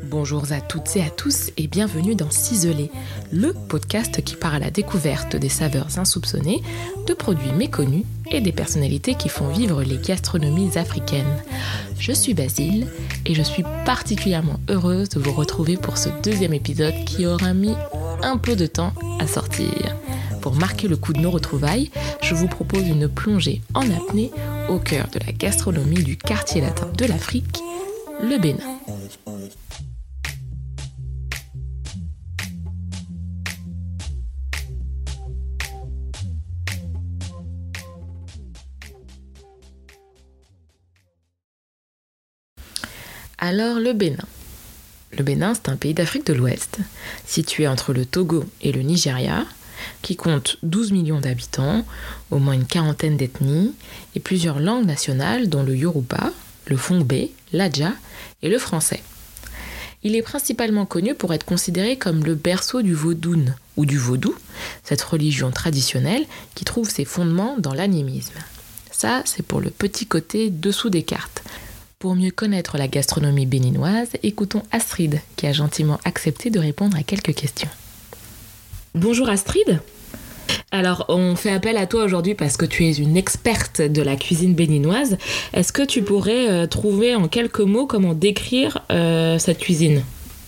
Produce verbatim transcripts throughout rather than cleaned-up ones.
Bonjour à toutes et à tous et bienvenue dans Ciselé, le podcast qui part à la découverte des saveurs insoupçonnées, de produits méconnus et des personnalités qui font vivre les gastronomies africaines. Je suis Basile et je suis particulièrement heureuse de vous retrouver pour ce deuxième épisode qui aura mis un peu de temps à sortir. Pour marquer le coup de nos retrouvailles, je vous propose une plongée en apnée au cœur de la gastronomie du quartier latin de l'Afrique, le Bénin. Alors le Bénin. Le Bénin, c'est un pays d'Afrique de l'Ouest, situé entre le Togo et le Nigeria, qui compte douze millions d'habitants, au moins une quarantaine d'ethnies et plusieurs langues nationales dont le Yoruba, le Fongbe, l'Adja et le français. Il est principalement connu pour être considéré comme le berceau du vaudoune ou du vaudou, cette religion traditionnelle qui trouve ses fondements dans l'animisme. Ça, c'est pour le petit côté dessous des cartes. Pour mieux connaître la gastronomie béninoise, écoutons Astrid, qui a gentiment accepté de répondre à quelques questions. Bonjour Astrid. Alors, on fait appel à toi aujourd'hui parce que tu es une experte de la cuisine béninoise. Est-ce que tu pourrais euh, trouver en quelques mots comment décrire euh, cette cuisine ?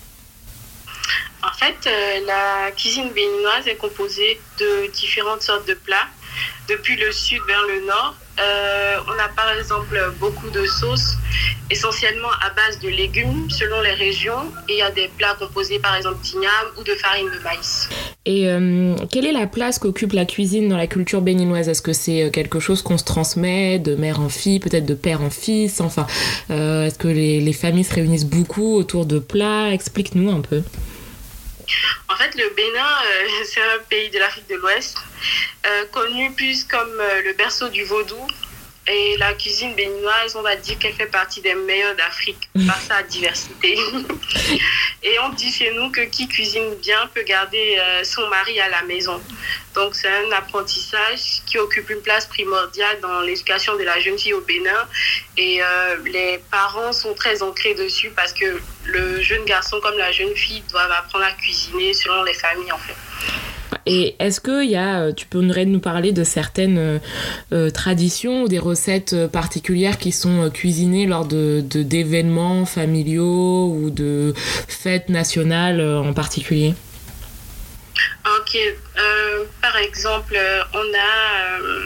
En fait, euh, la cuisine béninoise est composée de différentes sortes de plats, depuis le sud vers le nord. Euh, on a par exemple beaucoup de sauces, essentiellement à base de légumes selon les régions. Et il y a des plats composés par exemple d'igname ou de farine de maïs. Et euh, quelle est la place qu'occupe la cuisine dans la culture béninoise ? Est-ce que c'est quelque chose qu'on se transmet de mère en fille, peut-être de père en fils ? Enfin, euh, est-ce que les, les familles se réunissent beaucoup autour de plats ? Explique-nous un peu. En fait, le Bénin, euh, c'est un pays de l'Afrique de l'Ouest, euh, connu plus comme euh, le berceau du vaudou. Et la cuisine béninoise, on va dire qu'elle fait partie des meilleures d'Afrique par sa diversité. Et on dit chez nous que qui cuisine bien peut garder euh, son mari à la maison. Donc c'est un apprentissage qui occupe une place primordiale dans l'éducation de la jeune fille au Bénin. Et euh, les parents sont très ancrés dessus parce que le jeune garçon comme la jeune fille doivent apprendre à cuisiner selon les familles en fait. Et est-ce que y a, tu pourrais nous parler de certaines euh, traditions ou des recettes particulières qui sont euh, cuisinées lors de, de, d'événements familiaux ou de fêtes nationales euh, en particulier ? Ok, euh, par exemple, on a euh,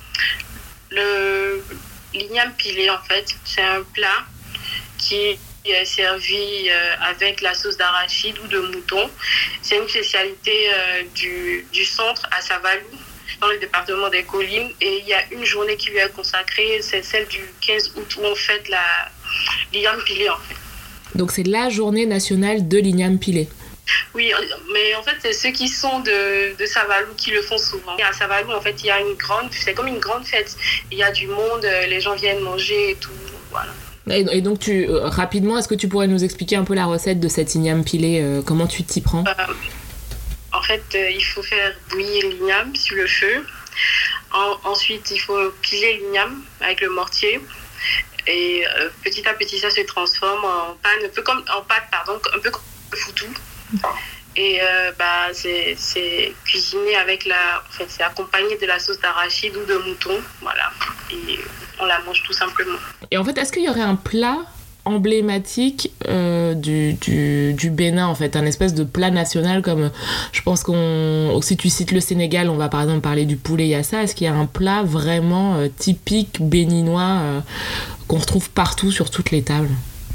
le l'igname pilé en fait, c'est un plat qui est servi euh, avec la sauce d'arachide ou de mouton. C'est une spécialité euh, du, du centre à Savalou, dans le département des Collines. Et il y a une journée qui lui est consacrée, c'est celle du quinze août où on fête la l'igname pilé en fait. Donc c'est la journée nationale de l'igname pilé. Oui, mais en fait, c'est ceux qui sont de, de Savalou qui le font souvent. Et à Savalou, en fait, il y a une grande, c'est comme une grande fête. Il y a du monde, les gens viennent manger et tout, voilà. Et donc, tu, euh, rapidement, est-ce que tu pourrais nous expliquer un peu la recette de cet igname pilé ? euh, Comment tu t'y prends ? euh, En fait, euh, il faut faire bouillir l'igname sur le feu. En, ensuite, il faut piler l'igname avec le mortier. Et euh, petit à petit, ça se transforme en panne, un peu comme en pâte, pardon, un peu comme le foutou. Et euh, bah, c'est, c'est cuisiné avec la... En fait, c'est accompagné de la sauce d'arachide ou de mouton, voilà. Et on la mange tout simplement. Et en fait, est-ce qu'il y aurait un plat emblématique euh, du, du, du Bénin, en fait, un espèce de plat national comme, je pense qu'on... Si tu cites le Sénégal, on va par exemple parler du poulet yassa. Est-ce qu'il y a un plat vraiment euh, typique béninois euh, qu'on retrouve partout sur toutes les tables ?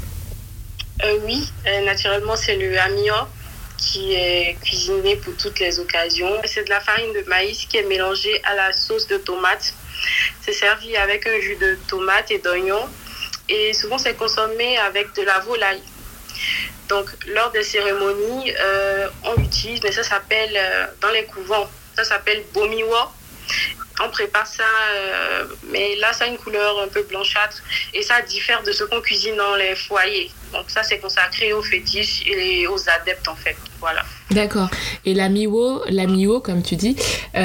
euh, Oui, euh, naturellement, c'est le amio, qui est cuisiné pour toutes les occasions. C'est de la farine de maïs qui est mélangée à la sauce de tomate. C'est servi avec un jus de tomate et d'oignon. Et souvent, c'est consommé avec de la volaille. Donc, lors des cérémonies, euh, on l'utilise, mais ça s'appelle, euh, dans les couvents, ça s'appelle bomiwa. On prépare ça, euh, mais là, ça a une couleur un peu blanchâtre. Et ça diffère de ce qu'on cuisine dans les foyers. Donc ça, c'est consacré aux fétiches et aux adeptes, en fait. Voilà. D'accord. Et la miwo, la miwo, comme tu dis,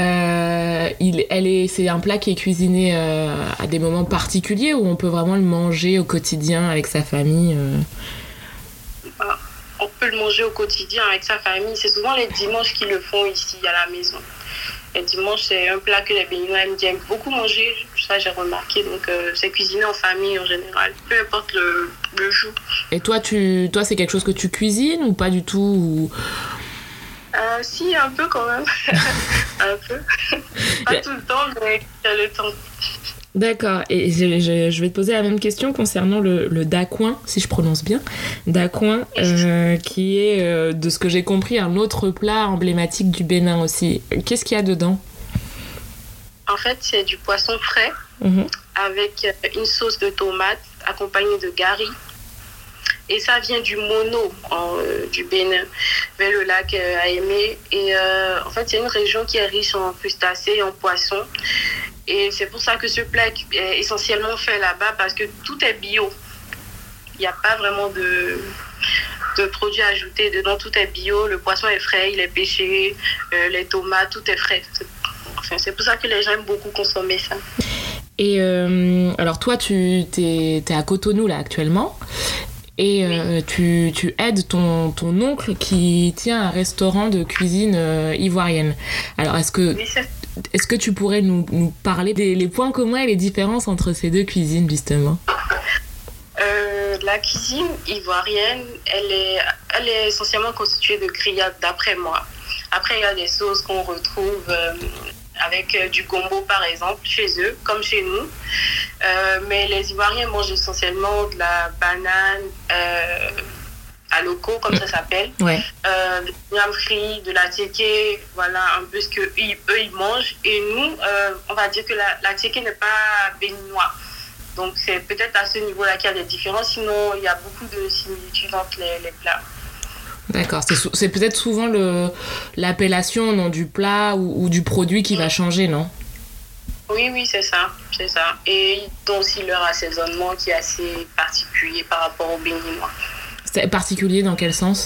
euh, il, elle est, c'est un plat qui est cuisiné euh, à des moments particuliers où on peut vraiment le manger au quotidien avec sa famille. Euh... peut le manger au quotidien avec sa famille. C'est souvent les dimanches qu'ils le font ici à la maison. Les dimanches, c'est un plat que les Béninois aiment beaucoup manger. Ça, j'ai remarqué. Donc, euh, c'est cuisiné en famille en général, peu importe le, le jour. Et toi, tu, toi, c'est quelque chose que tu cuisines ou pas du tout ou... euh, Si, un peu quand même. un peu. Pas tout le temps, mais j'ai le temps. D'accord, et je, je, je vais te poser la même question concernant le, le dacouin, si je prononce bien. Dacouin, euh, qui est, euh, de ce que j'ai compris, un autre plat emblématique du Bénin aussi. Qu'est-ce qu'il y a dedans ? En fait, c'est du poisson frais mmh. avec une sauce de tomate accompagnée de gari. Et ça vient du Mono, en, euh, du Bénin, vers le lac euh, Aémé. Et euh, en fait, c'est une région qui est riche en crustacés et en poissons. Et c'est pour ça que ce plat est essentiellement fait là-bas, parce que tout est bio. Il n'y a pas vraiment de, de produits ajoutés dedans, tout est bio. Le poisson est frais, il est pêché, euh, les tomates, tout est frais. C'est, enfin, c'est pour ça que les gens aiment beaucoup consommer ça. Et euh, alors toi, tu t'es, t'es à Cotonou là actuellement. Et euh, oui. tu, tu aides ton, ton oncle qui tient un restaurant de cuisine euh, ivoirienne. Alors, est-ce que, oui, est-ce que tu pourrais nous, nous parler des les points communs et les différences entre ces deux cuisines, justement ? euh, La cuisine ivoirienne, elle est, elle est essentiellement constituée de grillades, d'après moi. Après, il y a des sauces qu'on retrouve... Euh, avec euh, du gombo par exemple chez eux comme chez nous, euh, mais les Ivoiriens mangent essentiellement de la banane euh, à loco comme ça s'appelle, ouais. euh, de la frit, de la tchéké, voilà un peu ce que eux, eux ils mangent, et nous euh, on va dire que la, la tchéké n'est pas béninois, donc c'est peut-être à ce niveau-là qu'il y a des différences, sinon il y a beaucoup de similitudes entre les, les plats. D'accord, c'est, sou- c'est peut-être souvent le, l'appellation non, du plat ou, ou du produit qui mmh. va changer, non ? Oui, oui, c'est ça, c'est ça. Et ils ont aussi leur assaisonnement qui est assez particulier par rapport aux Béninois. C'est particulier dans quel sens ?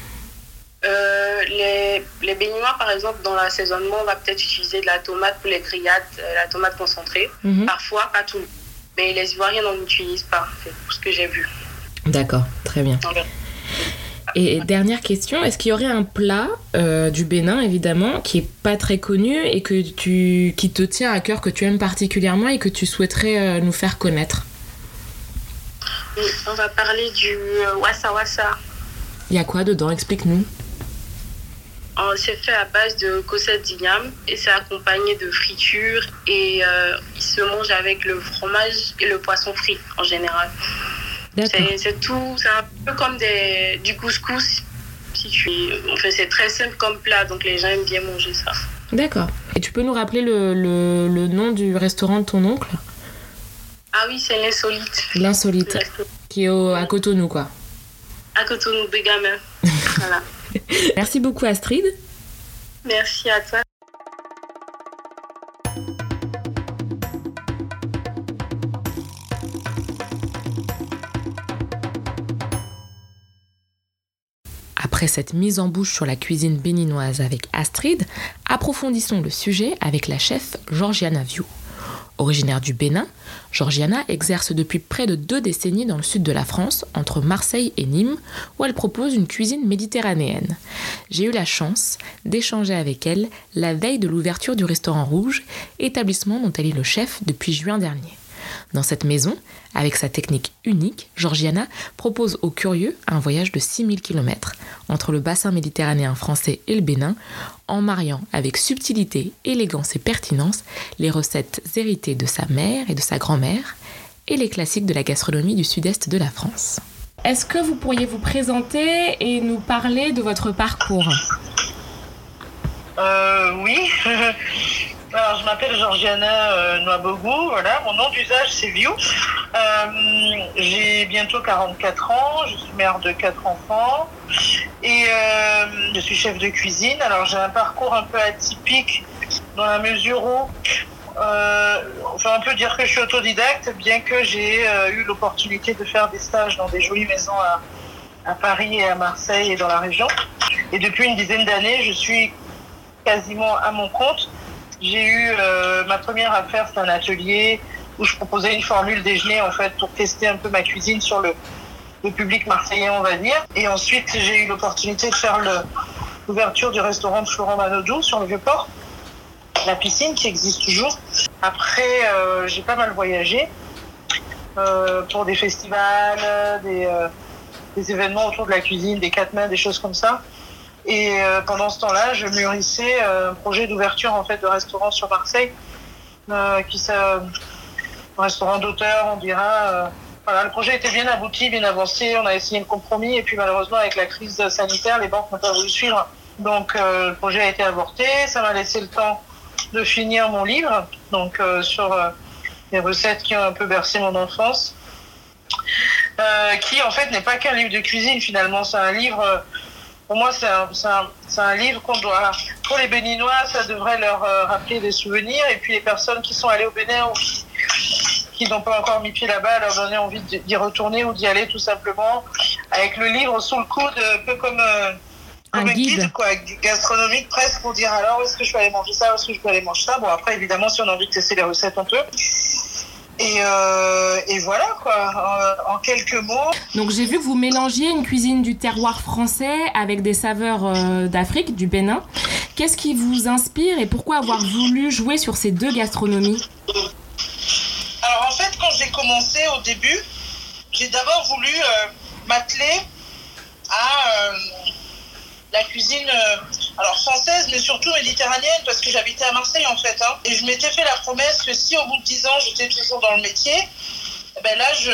euh, les, les Béninois, par exemple, dans l'assaisonnement, on va peut-être utiliser de la tomate pour les grillades, la tomate concentrée. Mmh. Parfois, pas tout. Mais les Ivoiriens n'en utilisent pas, c'est tout ce que j'ai vu. D'accord, très bien. Okay. Et dernière question, est-ce qu'il y aurait un plat euh, du Bénin, évidemment, qui est pas très connu et que tu, qui te tient à cœur, que tu aimes particulièrement et que tu souhaiterais euh, nous faire connaître ? Oui, on va parler du euh, wassa wassa. Il y a quoi dedans ? Explique-nous. Oh, c'est fait à base de cossettes d'igname et c'est accompagné de friture et euh, il se mange avec le fromage et le poisson frit en général. C'est, c'est tout, c'est un peu comme des, du couscous. Si tu, enfin, c'est très simple comme plat, donc les gens aiment bien manger ça. D'accord. Et tu peux nous rappeler le, le, le nom du restaurant de ton oncle ? Ah oui, c'est l'Insolite. L'Insolite, L'insolite. Qui est au, à Cotonou, quoi. À Cotonou, Bégamin. Voilà. Merci beaucoup, Astrid. Merci à toi. Après cette mise en bouche sur la cuisine béninoise avec Astrid, approfondissons le sujet avec la chef Georgiana Viu. Originaire du Bénin, Georgiana exerce depuis près de deux décennies dans le sud de la France, entre Marseille et Nîmes, où elle propose une cuisine méditerranéenne. J'ai eu la chance d'échanger avec elle la veille de l'ouverture du Restaurant Rouge, établissement dont elle est le chef depuis juin dernier. Dans cette maison, avec sa technique unique, Georgiana propose aux curieux un voyage de six mille kilomètres entre le bassin méditerranéen français et le Bénin, en mariant avec subtilité, élégance et pertinence les recettes héritées de sa mère et de sa grand-mère et les classiques de la gastronomie du sud-est de la France. Est-ce que vous pourriez vous présenter et nous parler de votre parcours ? Euh, oui. Alors, je m'appelle Georgiana euh, Noibogou, voilà, mon nom d'usage c'est Viu. Euh, j'ai bientôt quarante-quatre ans, je suis mère de quatre enfants et euh, je suis chef de cuisine. Alors, j'ai un parcours un peu atypique dans la mesure où, euh, enfin, on peut dire que je suis autodidacte, bien que j'ai euh, eu l'opportunité de faire des stages dans des jolies maisons à, à Paris et à Marseille et dans la région. Et depuis une dizaine d'années, je suis quasiment à mon compte. J'ai eu euh, ma première affaire, c'est un atelier où je proposais une formule déjeuner en fait pour tester un peu ma cuisine sur le le public marseillais, on va dire. Et ensuite, j'ai eu l'opportunité de faire le, l'ouverture du restaurant de Florent Manodou sur le Vieux-Port, la piscine qui existe toujours. Après, euh, j'ai pas mal voyagé euh, pour des festivals, des, euh, des événements autour de la cuisine, des quatre mains, des choses comme ça. Et euh, pendant ce temps-là, je mûrissais euh, un projet d'ouverture en fait de restaurant sur Marseille, euh, qui ça, un restaurant d'auteur, on dira. Euh, voilà, le projet était bien abouti, bien avancé. On a essayé le compromis et puis malheureusement avec la crise sanitaire, les banques n'ont pas voulu suivre. Donc euh, le projet a été avorté. Ça m'a laissé le temps de finir mon livre, donc euh, sur euh, les recettes qui ont un peu bercé mon enfance, euh, qui en fait n'est pas qu'un livre de cuisine finalement. C'est un livre. Euh, Pour moi, c'est un, c'est, un, c'est un livre qu'on doit... Pour les Béninois, ça devrait leur euh, rappeler des souvenirs. Et puis les personnes qui sont allées au Bénin ou qui, qui n'ont pas encore mis pied là-bas, leur donner envie d'y retourner ou d'y aller tout simplement. Avec le livre sous le coude, un peu comme, euh, comme un, un guide, guide quoi, gastronomique presque, pour dire alors où est-ce que je peux aller manger ça, où est-ce que je peux aller manger ça. Bon, après, évidemment, si on a envie de tester les recettes, on peut. Et, euh, et voilà quoi, en, en quelques mots. Donc j'ai vu que vous mélangiez une cuisine du terroir français avec des saveurs euh, d'Afrique, du Bénin. Qu'est-ce qui vous inspire et pourquoi avoir voulu jouer sur ces deux gastronomies ? Alors en fait, quand j'ai commencé au début, j'ai d'abord voulu euh, m'atteler à euh, la cuisine euh, alors française, mais surtout méditerranéenne, parce que j'habitais à Marseille en fait. Hein, et je m'étais fait la promesse que si au bout de dix ans, j'étais toujours dans le métier, eh ben là, je,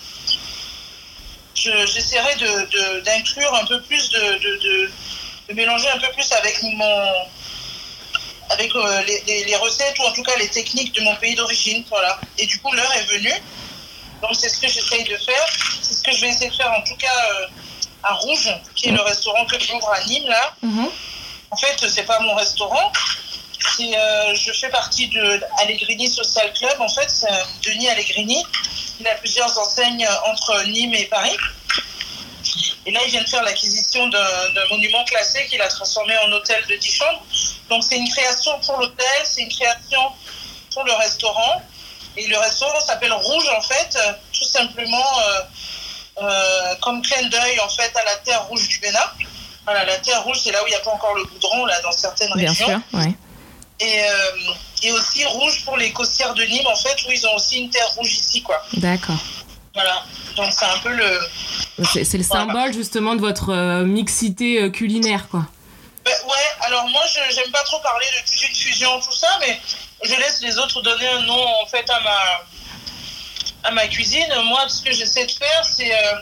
je, j'essaierais de, de, d'inclure un peu plus, de, de, de, de mélanger un peu plus avec, mon, avec euh, les, les, les recettes, ou en tout cas les techniques de mon pays d'origine. Voilà. Et du coup, l'heure est venue. Donc c'est ce que j'essaye de faire. C'est ce que je vais essayer de faire en tout cas euh, à Rouge, qui est le restaurant que j'ouvre à Nîmes là. Mm-hmm. En fait, c'est pas mon restaurant. C'est, euh, je fais partie de Allegrini Social Club. En fait, c'est Denis Allegrini. Il a plusieurs enseignes entre Nîmes et Paris. Et là, il vient de faire l'acquisition d'un, d'un monument classé qu'il a transformé en hôtel de dix chambres. Donc, c'est une création pour l'hôtel, c'est une création pour le restaurant. Et le restaurant s'appelle Rouge, en fait, tout simplement euh, euh, comme clin d'œil, en fait, à la terre rouge du Bénin. Voilà, la terre rouge, c'est là où il n'y a pas encore le goudron, là, dans certaines Bien régions. Sûr, ouais. Et, euh, et aussi rouge pour les costières de Nîmes, en fait, où ils ont aussi une terre rouge ici, quoi. D'accord. Voilà, donc c'est un peu le... C'est, c'est le voilà. symbole, justement, de votre euh, mixité euh, culinaire, quoi. Ben, ouais, alors moi, je j'aime pas trop parler de cuisine fusion, tout ça, mais je laisse les autres donner un nom, en fait, à ma, à ma cuisine. Moi, ce que j'essaie de faire, c'est... Euh,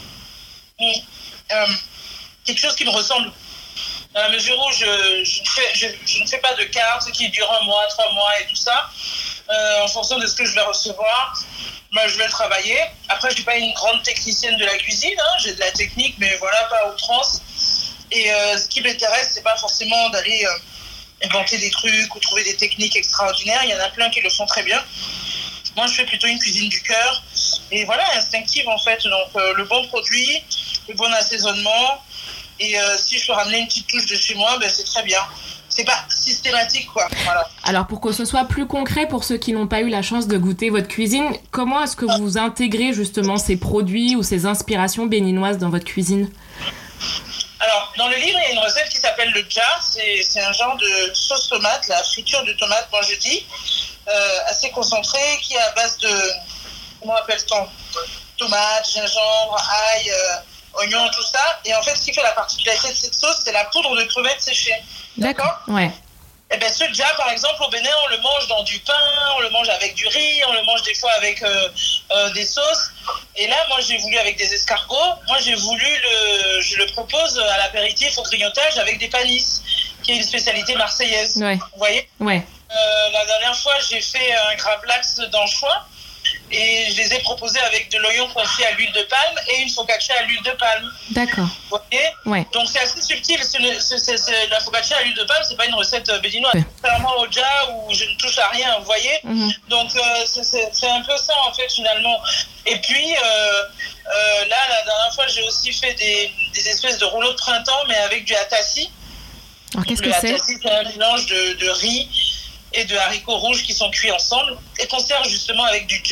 euh, quelque chose qui me ressemble, dans la mesure où je, je, ne, fais, je, je ne fais pas de carte qui dure un mois, trois mois et tout ça. Euh, en fonction de ce que je vais recevoir, ben, je vais le travailler. Après, je ne suis pas une grande technicienne de la cuisine, hein. J'ai de la technique, mais voilà, pas outrance. Et euh, ce qui m'intéresse, c'est pas forcément d'aller euh, inventer des trucs ou trouver des techniques extraordinaires. Il y en a plein qui le font très bien. Moi, je fais plutôt une cuisine du cœur. Et voilà, instinctive en fait. Donc, euh, le bon produit, le bon assaisonnement. Et euh, si je peux ramener une petite touche de chez moi, ben c'est très bien. C'est pas systématique, quoi. Voilà. Alors, pour que ce soit plus concret pour ceux qui n'ont pas eu la chance de goûter votre cuisine, comment est-ce que vous intégrez justement ces produits ou ces inspirations béninoises dans votre cuisine ? Alors, dans le livre, il y a une recette qui s'appelle le dja. C'est, c'est un genre de sauce tomate, la friture de tomate, moi je dis, euh, assez concentrée, qui est à base de, comment appelle-t-on ? Tomates, gingembre, ail... Euh, oignons, tout ça. Et en fait, ce qui fait la particularité de cette sauce, c'est la poudre de crevettes séchée. D'accord, D'accord ouais. Et bien, ce dja, par exemple, au Bénin, on le mange dans du pain, on le mange avec du riz, on le mange des fois avec euh, euh, des sauces. Et là, moi, j'ai voulu avec des escargots. Moi, j'ai voulu le... Je le propose à l'apéritif, au grignotage, avec des panisses, qui est une spécialité marseillaise. Ouais. Vous voyez ? Ouais. Euh, la dernière fois, j'ai fait un gravlax d'anchois. Et je les ai proposés avec de l'oignon confit à l'huile de palme et une focaccia à l'huile de palme. D'accord. Vous voyez ? Ouais. Donc c'est assez subtil. C'est le, c'est, c'est, c'est, la focaccia à l'huile de palme, c'est pas une recette béninoise. Ouais. Contrairement au dja où je ne touche à rien, vous voyez ? Mm-hmm. Donc euh, c'est, c'est, c'est un peu ça en fait finalement. Et puis euh, euh, là, la dernière fois, j'ai aussi fait des, des espèces de rouleaux de printemps, mais avec du hatassi. Alors qu'est-ce le que c'est ? Le hatassi, c'est un mélange de, de riz et de haricots rouges qui sont cuits ensemble et qu'on sert justement avec du dja.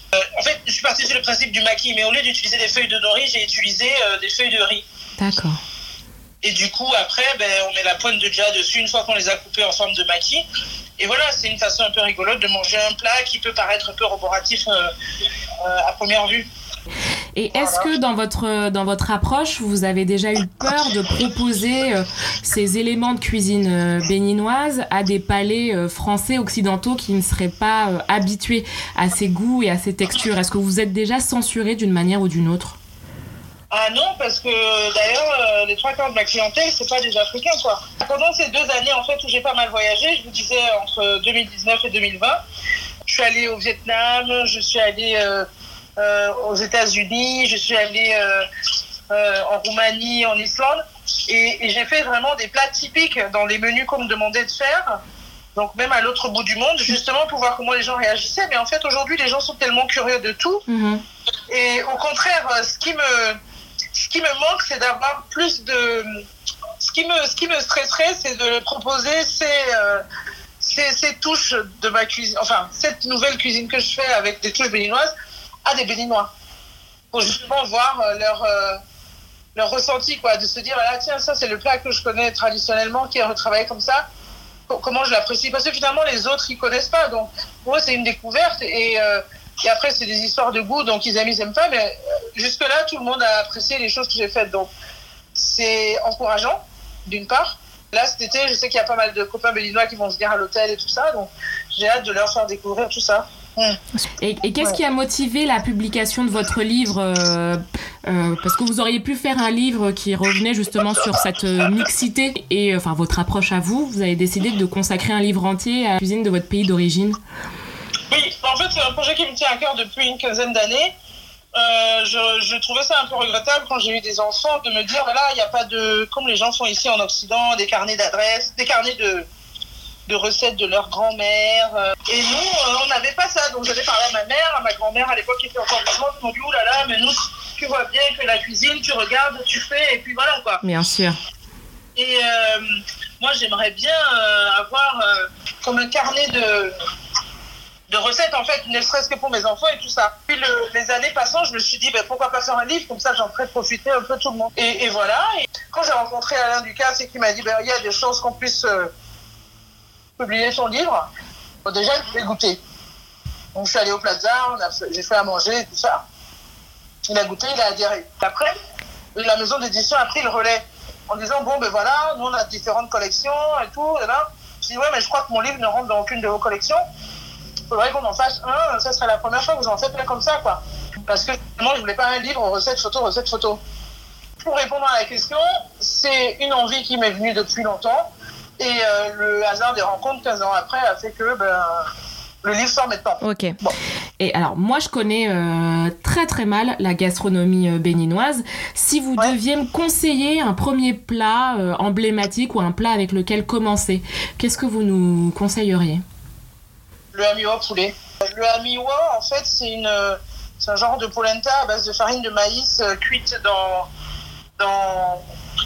Euh, en fait, je suis partie sur le principe du maquis, mais au lieu d'utiliser des feuilles de nori, j'ai utilisé euh, des feuilles de riz. D'accord. Et du coup, après, ben, on met la pointe de dja dessus une fois qu'on les a coupés en forme de maquis. Et voilà, c'est une façon un peu rigolote de manger un plat qui peut paraître un peu roboratif euh, euh, à première vue. Et est-ce voilà. que dans votre, dans votre approche, vous avez déjà eu peur de proposer euh, ces éléments de cuisine euh, béninoise à des palais euh, français occidentaux qui ne seraient pas euh, habitués à ces goûts et à ces textures? Est-ce que vous êtes déjà censuré d'une manière ou d'une autre? Ah non, parce que d'ailleurs, euh, les trois quarts de ma clientèle, c'est pas des Africains, quoi. Pendant ces deux années, en fait, où j'ai pas mal voyagé, je vous disais entre deux mille dix-neuf et deux mille vingt, je suis allée au Vietnam, je suis allée euh, euh, aux États-Unis, je suis allée euh, euh, en Roumanie, en Islande, et, et j'ai fait vraiment des plats typiques dans les menus qu'on me demandait de faire. Donc même à l'autre bout du monde, justement pour voir comment les gens réagissaient. Mais en fait, aujourd'hui, les gens sont tellement curieux de tout. Mmh. Et au contraire, ce qui me... Ce qui me manque, c'est d'avoir plus de... Ce qui me, ce qui me stresserait, c'est de proposer ces, euh, ces, ces touches de ma cuisine, enfin, cette nouvelle cuisine que je fais avec des touches béninoises à des Béninois. Pour justement voir leur, euh, leur ressenti, quoi, de se dire, ah, tiens, ça, c'est le plat que je connais traditionnellement, qui est retravaillé comme ça. Comment je l'apprécie? Parce que finalement, les autres, ils connaissent pas. Donc, pour eux, c'est une découverte. Et... Euh, Et après, c'est des histoires de goût, donc ils aiment, ils aiment pas. Mais jusque-là, tout le monde a apprécié les choses que j'ai faites. Donc, c'est encourageant, d'une part. Là, cet été, je sais qu'il y a pas mal de copains béninois qui vont venir à l'hôtel et tout ça. Donc, j'ai hâte de leur faire découvrir tout ça. Mmh. Et, et qu'est-ce ouais. qui a motivé la publication de votre livre euh, euh, parce que vous auriez pu faire un livre qui revenait justement sur cette mixité. Et enfin, votre approche à vous, vous avez décidé de consacrer un livre entier à la cuisine de votre pays d'origine. Oui, en fait, c'est un projet qui me tient à cœur depuis une quinzaine d'années. Euh, je, je trouvais ça un peu regrettable quand j'ai eu des enfants de me dire, voilà, il n'y a pas de, comme les gens font ici en Occident, des carnets d'adresses, des carnets de, de recettes de leur grand-mère. Et nous, euh, on n'avait pas ça. Donc, j'avais parlé à ma mère, à ma grand-mère à l'époque qui était encore vivante, qui m'ont dit, oulala, mais nous, tu vois bien que la cuisine, tu regardes, tu fais, et puis voilà, quoi. Bien sûr. Et euh, moi, j'aimerais bien euh, avoir euh, comme un carnet de... de recettes, en fait, ne serait-ce que pour mes enfants et tout ça. Puis le, les années passant, je me suis dit, ben, pourquoi pas faire un livre, comme ça j'en ferai profiter un peu tout le monde. Et, et voilà, et quand j'ai rencontré Alain Ducasse, c'est qu'il m'a dit, ben, il y a des chances qu'on puisse euh, publier son livre. Bon, déjà, je l'ai goûté. Donc je suis allée au Plaza, on a fait, j'ai fait à manger et tout ça. Il a goûté, il a adhéré. Après, la maison d'édition a pris le relais en disant, bon, ben voilà, nous on a différentes collections et tout. Et là, je dis, ouais, mais je crois que mon livre ne rentre dans aucune de vos collections. Il faudrait qu'on en fasse un, ça serait la première fois que vous en faites plein comme ça, quoi. Parce que moi, je voulais pas un livre recettes photos, recettes photos. Pour répondre à la question, c'est une envie qui m'est venue depuis longtemps. Et euh, le hasard des rencontres, quinze ans après, a fait que ben, le livre sort maintenant. Ok. Bon. Et alors, moi, je connais euh, très très mal la gastronomie euh, béninoise. Si vous ouais. deviez me conseiller un premier plat euh, emblématique ou un plat avec lequel commencer, qu'est-ce que vous nous conseilleriez ? Le amiwa poulet. Le amiwa, en fait, c'est, une, c'est un genre de polenta à base de farine de maïs euh, cuite dans, dans,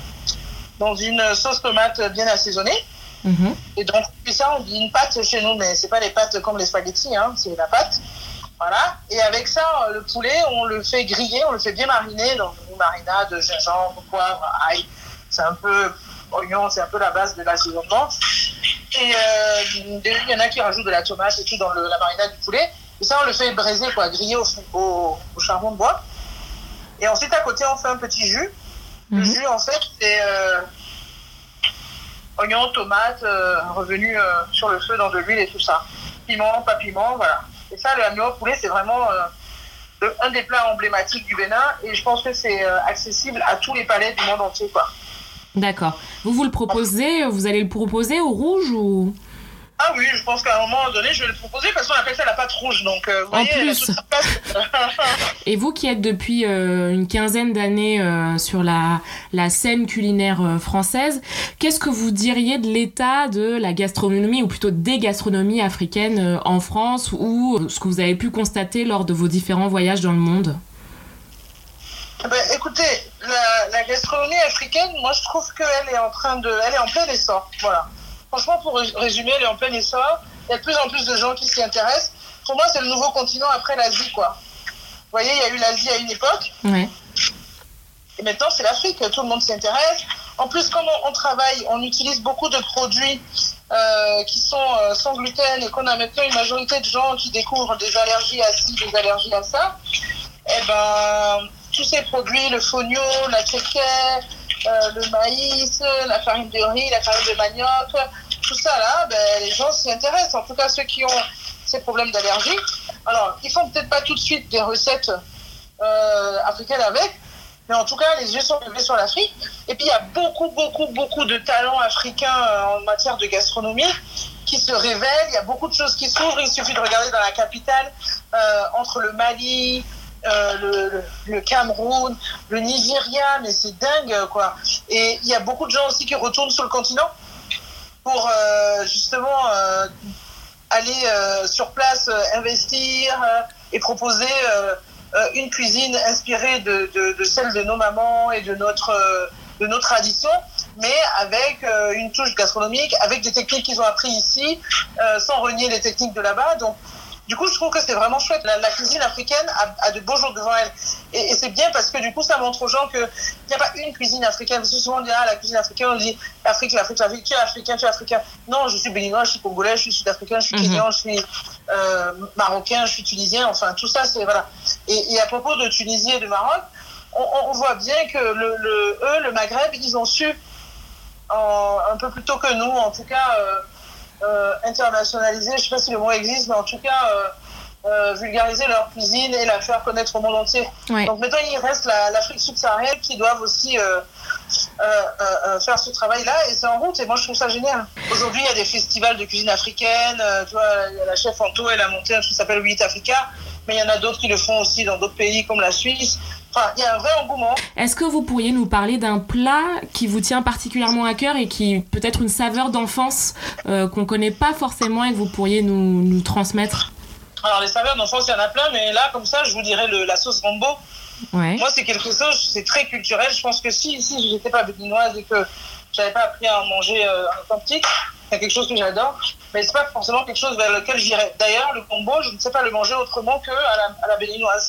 dans une sauce tomate bien assaisonnée. Mm-hmm. Et donc, puis ça, on dit une pâte chez nous, mais c'est pas les pâtes comme les spaghettis, hein, c'est la pâte. Voilà. Et avec ça, le poulet, on le fait griller, on le fait bien mariner dans une marinade de gingembre, poivre, ail. C'est un peu oignon, c'est un peu la base de l'assaisonnement. Et euh, il y en a qui rajoutent de la tomate et tout dans le, la marinade du poulet. Et ça, on le fait braiser, quoi, griller au, au, au charbon de bois. Et ensuite, à côté, on fait un petit jus. Mm-hmm. Le jus, en fait, c'est euh, oignon, tomate, euh, revenu euh, sur le feu dans de l'huile et tout ça. Piment, pas piment, voilà. Et ça, le amiwa poulet, c'est vraiment euh, le, un des plats emblématiques du Bénin. Et je pense que c'est euh, accessible à tous les palais du monde entier, quoi. D'accord. Vous, vous le proposez, vous allez le proposer au rouge ou... Ah oui, je pense qu'à un moment donné, je vais le proposer parce qu'on appelle ça la pâte rouge. Donc, euh, vous voyez, en plus. Elle a toute sa place. Et vous qui êtes depuis euh, une quinzaine d'années euh, sur la, la scène culinaire euh, française, qu'est-ce que vous diriez de l'état de la gastronomie, ou plutôt des gastronomies africaines euh, en France, ou euh, ce que vous avez pu constater lors de vos différents voyages dans le monde ? Ben, écoutez, la, la gastronomie africaine, moi je trouve qu'elle est en train de, elle est en plein essor. Voilà. Franchement, pour résumer, elle est en plein essor. Il y a de plus en plus de gens qui s'y intéressent. pour moi, c'est le nouveau continent après l'Asie, quoi. Vous voyez, il y a eu l'Asie à une époque. Ouais. Et maintenant, c'est l'Afrique. Tout le monde s'intéresse. En plus, comme on, on travaille, on utilise beaucoup de produits euh, qui sont euh, sans gluten et qu'on a maintenant une majorité de gens qui découvrent des allergies à ci, des allergies à ça. Eh ben, tous ces produits, le fonio, la kéké, euh, le maïs, la farine de riz, la farine de manioc, tout ça là, ben, les gens s'y intéressent. En tout cas, ceux qui ont ces problèmes d'allergie. Alors, ils font peut-être pas tout de suite des recettes euh, africaines avec, mais en tout cas, les yeux sont levés sur l'Afrique. Et puis, il y a beaucoup, beaucoup, beaucoup de talents africains en matière de gastronomie qui se révèlent. Il y a beaucoup de choses qui s'ouvrent. Il suffit de regarder dans la capitale, euh, entre le Mali, euh, le, le, le Cameroun, le Nigeria, mais c'est dingue, quoi. Et il y a beaucoup de gens aussi qui retournent sur le continent pour euh, justement euh, aller euh, sur place, euh, investir euh, et proposer euh, euh, une cuisine inspirée de, de, de celle de nos mamans et de notre, euh, de nos traditions, mais avec euh, une touche gastronomique, avec des techniques qu'ils ont appris ici, euh, sans renier les techniques de là-bas. Donc, du coup, je trouve que c'est vraiment chouette. La, la cuisine africaine a, a de beaux jours devant elle. Et, et c'est bien parce que du coup, ça montre aux gens qu'il n'y a pas une cuisine africaine. Parce que souvent, on dit, ah, la cuisine africaine, on dit, Afrique, l'Afrique, l'Afrique, tu es africain, tu es africain. Non, je suis béninois, je suis congolais, je suis sud-africain, je suis Mm-hmm. kényan, je suis euh, marocain, je suis tunisien. Enfin, tout ça, c'est, voilà. Et, et à propos de Tunisie et de Maroc, on, on voit bien que le, le, eux, le Maghreb, ils ont su, en, un peu plus tôt que nous, en tout cas, euh, Euh, internationaliser, je ne sais pas si le mot existe, mais en tout cas euh, euh, vulgariser leur cuisine et la faire connaître au monde entier. Ouais. Donc maintenant il reste la, l'Afrique subsaharienne qui doivent aussi euh, euh, euh, faire ce travail-là et c'est en route et moi je trouve ça génial. Aujourd'hui il y a des festivals de cuisine africaine, euh, tu vois, il y a la chef Anto, elle a monté un truc qui s'appelle We Eat Africa, mais il y en a d'autres qui le font aussi dans d'autres pays comme la Suisse. Enfin, il y a un vrai engouement. Est-ce que vous pourriez nous parler d'un plat qui vous tient particulièrement à cœur et qui peut-être une saveur d'enfance euh, qu'on connaît pas forcément et que vous pourriez nous, nous transmettre? Alors les saveurs d'enfance, il y en a plein, mais là comme ça, je vous dirais le, la sauce gombo. Ouais. Moi, c'est quelque chose, c'est très culturel. Je pense que si, si je n'étais pas béninoise et que j'avais pas appris à en manger euh, en tant que petite, c'est quelque chose que j'adore. Mais c'est pas forcément quelque chose vers lequel j'irais. D'ailleurs, le gombo, je ne sais pas le manger autrement que à la, à la béninoise.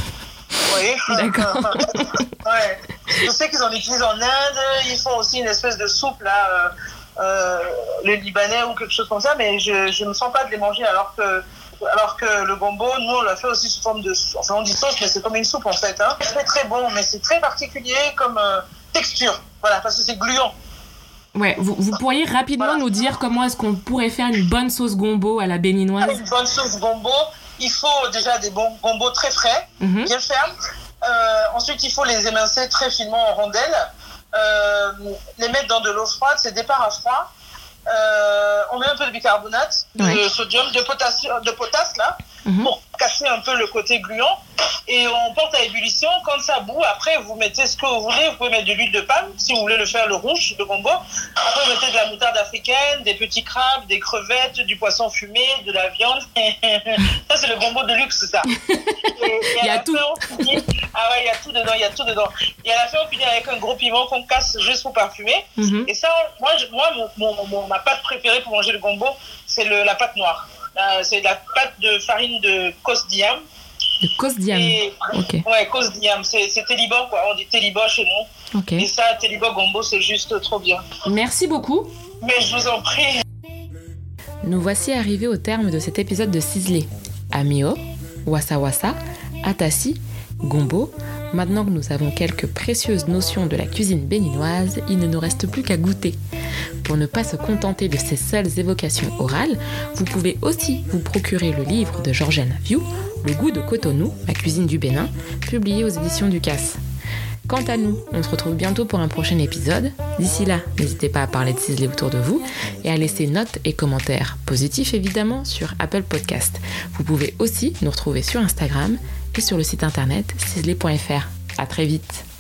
Vous voyez? D'accord. Ouais. Je sais qu'ils en utilisent en Inde. Ils font aussi une espèce de soupe là, euh, euh, le libanais ou quelque chose comme ça. Mais je je me sens pas de les manger alors que alors que le gombo, nous on l'a fait aussi sous forme de, enfin on dit sauce, mais c'est comme une soupe en fait. Hein. C'est très bon, mais c'est très particulier comme euh, texture. Voilà, parce que c'est gluant. Ouais, vous, vous pourriez rapidement Voilà. nous dire comment est-ce qu'on pourrait faire une bonne sauce gombo à la béninoise? Une bonne sauce gombo, il faut déjà des bons gombos très frais, Mm-hmm. bien fermes. Euh, ensuite, il faut les émincer très finement en rondelles. Euh, les mettre dans de l'eau froide, c'est départ à froid. Euh, on met un peu de bicarbonate, de Ouais. sodium, de potassium, de potasse là, Mhm. pour casser un peu le côté gluant. Et on porte à ébullition. Quand ça bout, après vous mettez ce que vous voulez. Vous pouvez mettre de l'huile de palme si vous voulez le faire le rouge, le gombo. Après vous mettez de la moutarde africaine, des petits crabes, des crevettes, du poisson fumé, de la viande. Ça c'est le gombo de luxe ça. Et, et Il y à a la tout. fin, on finit- Ah ouais, il y a tout dedans, il y a tout dedans. Et à la fin on finit avec un gros piment qu'on casse juste pour parfumer. Mhm. Et ça, moi, je, moi mon, mon, mon- ma pâte préférée pour manger le gombo, c'est le, la pâte noire. Euh, c'est la pâte de farine de Kos Diam. De Kosdiam. Et, Ok. ouais, Kos Diam, c'est, c'est Télibo, quoi. On dit Télibo chez nous. Ok. Et ça, Télibo Gombo, c'est juste trop bien. Merci beaucoup. Mais je vous en prie. Nous voici arrivés au terme de cet épisode de Ciselé. Amio, Wassa Wassa, Atassi, Gombo. Maintenant que nous avons quelques précieuses notions de la cuisine béninoise, il ne nous reste plus qu'à goûter. Pour ne pas se contenter de ces seules évocations orales, vous pouvez aussi vous procurer le livre de Georgiana Viu, Le goût de Cotonou, ma cuisine du Bénin, publié aux éditions du C A S. Quant à nous, on se retrouve bientôt pour un prochain épisode. D'ici là, n'hésitez pas à parler de Ciselé autour de vous et à laisser notes et commentaires positifs évidemment sur Apple Podcast. Vous pouvez aussi nous retrouver sur Instagram et sur le site internet ciselé point f r. À très vite.